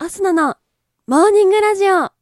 アスナのモーニングラジオ。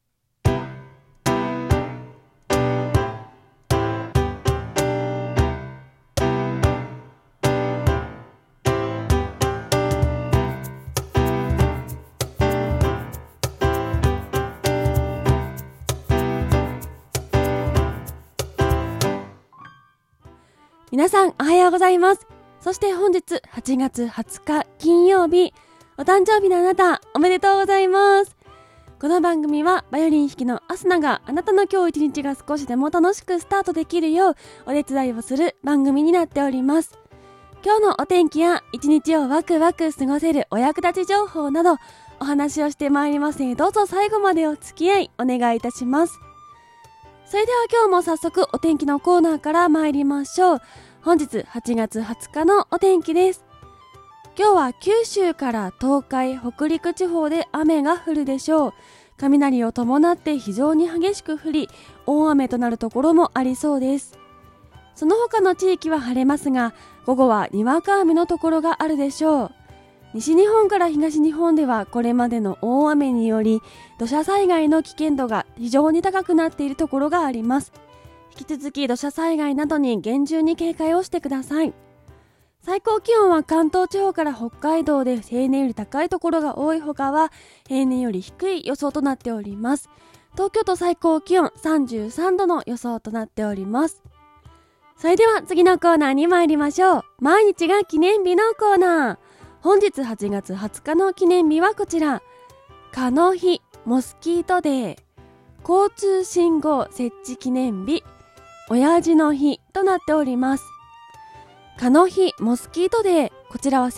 皆さんおはようございます。そして本日8月20日金曜日、お誕生日のあなたおめでとうございます。この番組はバイオリン弾きのアスナがあなたの今日一日が少しでも楽しくスタートできるようお手伝いをする番組になっております。今日のお天気や一日をワクワク過ごせるお役立ち情報などお話をしてまいりますので、どうぞ最後までお付き合いお願いいたします。それでは今日も早速お天気のコーナーから参りましょう。本日8月20日のお天気です。今日は九州から東海、北陸地方で雨が降るでしょう。雷を伴って非常に激しく降り、大雨となるところもありそうです。その他の地域は晴れますが、午後はにわか雨のところがあるでしょう。西日本から東日本ではこれまでの大雨により土砂災害の危険度が非常に高くなっているところがあります。引き続き土砂災害などに厳重に警戒をしてください。最高気温は関東地方から北海道で平年より高いところが多い他は平年より低い予想となっております。東京都最高気温33度の予想となっております。それでは次のコーナーに参りましょう。毎日が記念日のコーナー。本日8月20日の記念日はこちら。蚊の日、モスキートデー、交通信号設置記念日、親父の日となっております。蚊の日、モスキートデー、こちらは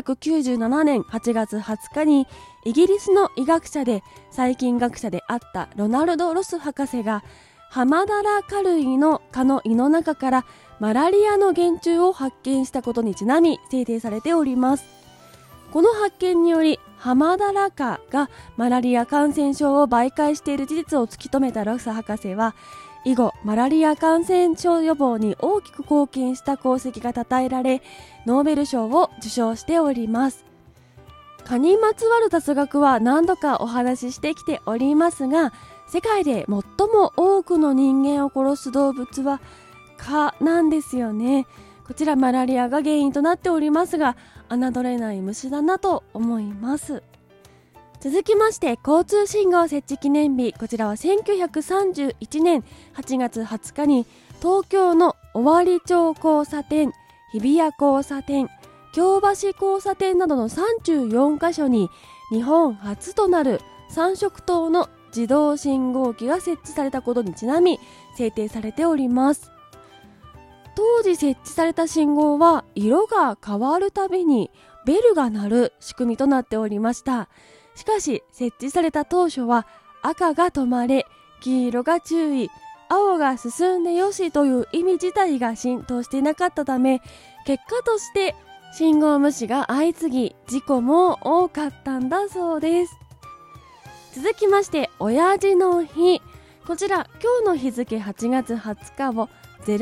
1897年8月20日にイギリスの医学者で細菌学者であったロナルド・ロス博士がハマダラカ類の蚊の胃の中からマラリアの原虫を発見したことにちなみ制定されております。この発見によりハマダラ蚊がマラリア感染症を媒介している事実を突き止めたロス博士は以後マラリア感染症予防に大きく貢献した功績が称えられノーベル賞を受賞しております。蚊にまつわる雑学は何度かお話ししてきておりますが、世界で最も多くの人間を殺す動物は蚊なんですよね。こちらマラリアが原因となっておりますが、侮れない虫だなと思います。続きまして交通信号設置記念日、こちらは1931年8月20日に東京の尾張町交差点、日比谷交差点、京橋交差点などの34カ所に日本初となる3色灯の自動信号機が設置されたことにちなみ制定されております。当時設置された信号は色が変わるたびにベルが鳴る仕組みとなっておりました。しかし設置された当初は赤が止まれ、黄色が注意、青が進んでよしという意味自体が浸透していなかったため、結果として信号無視が相次ぎ事故も多かったんだそうです。続きまして親父の日、こちら今日の日付8月20日を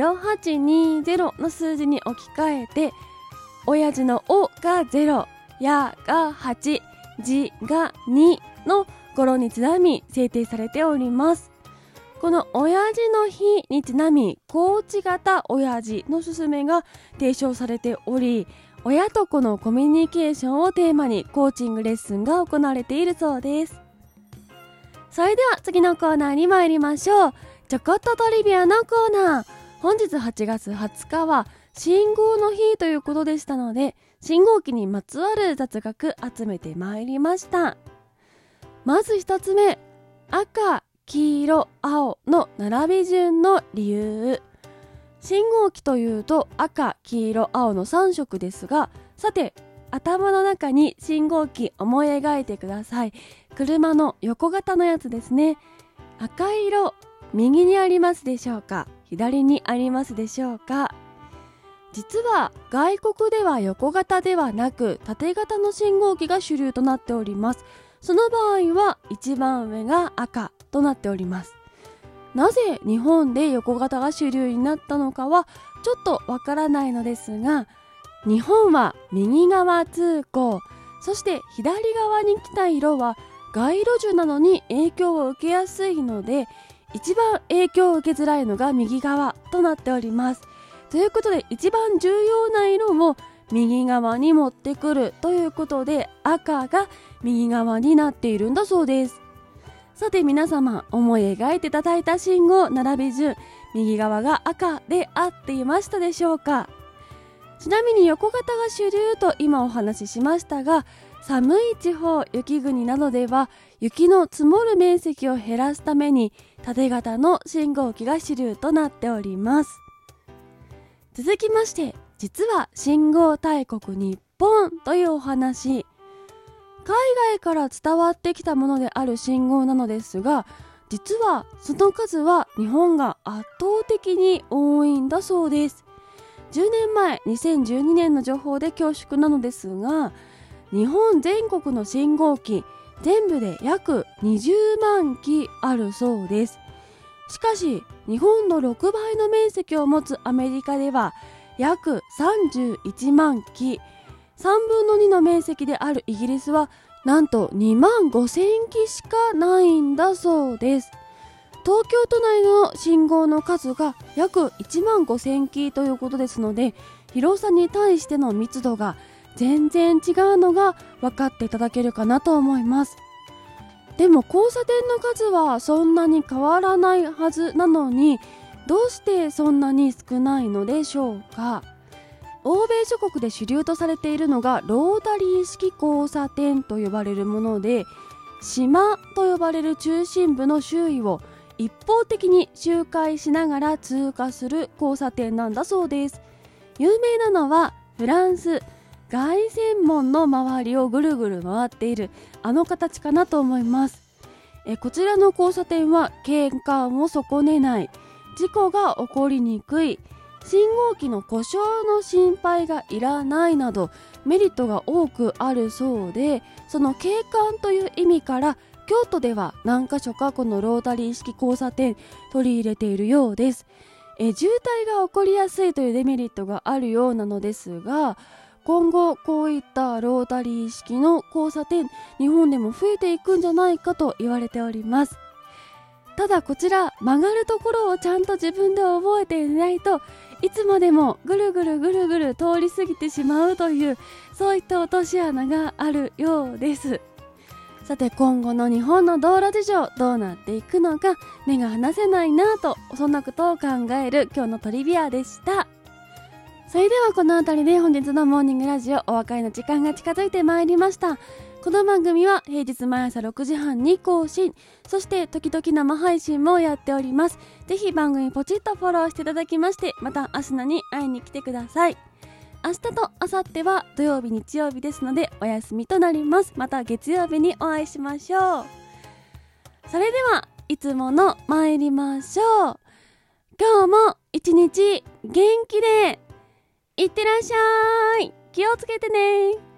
0820の数字に置き換えて、親父のおが0、やが8、じが2の語呂にちなみ制定されております。この親父の日にちなみコーチ型親父の勧めが提唱されており、親と子のコミュニケーションをテーマにコーチングレッスンが行われているそうです。それでは次のコーナーに参りましょう。ちょこっとトリビアのコーナー。本日8月20日は信号の日ということでしたので、信号機にまつわる雑学集めてまいりました。まず一つ目、赤、黄色、青の並び順の理由。信号機というと赤、黄色、青の3色ですが、さて頭の中に信号機思い描いてください。車の横型のやつですね。赤色、右にありますでしょうか、左にありますでしょうか。実は外国では横型ではなく縦型の信号機が主流となっております。その場合は一番上が赤となっております。なぜ日本で横型が主流になったのかはちょっとわからないのですが、日本は右側通行、そして左側に来た色は街路樹などに影響を受けやすいので、一番影響を受けづらいのが右側となっております。ということで一番重要な色を右側に持ってくるということで、赤が右側になっているんだそうです。さて皆様、思い描いていただいた信号並び順、右側が赤で合っていましたでしょうか。ちなみに横型が主流と今お話ししましたが、寒い地方、雪国などでは雪の積もる面積を減らすために縦型の信号機が主流となっております。続きまして、実は信号大国日本というお話。海外から伝わってきたものである信号なのですが、実はその数は日本が圧倒的に多いんだそうです。10年前、2012年の情報で恐縮なのですが、日本全国の信号機全部で約20万機あるそうです。しかし日本の6倍の面積を持つアメリカでは約31万機、3分の2の面積であるイギリスはなんと2万5000機しかないんだそうです。東京都内の信号の数が約1万5000機ということですので、広さに対しての密度が全然違うのが分かっていただけるかなと思います。でも交差点の数はそんなに変わらないはずなのに、どうしてそんなに少ないのでしょうか。欧米諸国で主流とされているのがロータリー式交差点と呼ばれるもので、島と呼ばれる中心部の周囲を一方的に周回しながら通過する交差点なんだそうです。有名なのはフランス凱旋門の周りをぐるぐる回っているあの形かなと思います。こちらの交差点は景観を損ねない、事故が起こりにくい、信号機の故障の心配がいらないなどメリットが多くあるそうで、その景観という意味から京都では何か所かこのロータリー式交差点取り入れているようです。渋滞が起こりやすいというデメリットがあるようなのですが、今後こういったロータリー式の交差点、日本でも増えていくんじゃないかと言われております。ただこちら曲がるところをちゃんと自分で覚えていないといつまでもぐるぐるぐるぐる通り過ぎてしまうという、そういった落とし穴があるようです。さて今後の日本の道路事情どうなっていくのか目が離せないなと、そんなことを考える今日のトリビアでした。それではこのあたりで本日のモーニングラジオお別れの時間が近づいてまいりました。この番組は平日毎朝6時半に更新、そして時々生配信もやっております。ぜひ番組ポチッとフォローしていただきまして、またアスナに会いに来てください。明日と明後日は土曜日日曜日ですのでお休みとなります。また月曜日にお会いしましょう。それではいつもの参りましょう。今日も一日元気でいってらっしゃい。気をつけてね。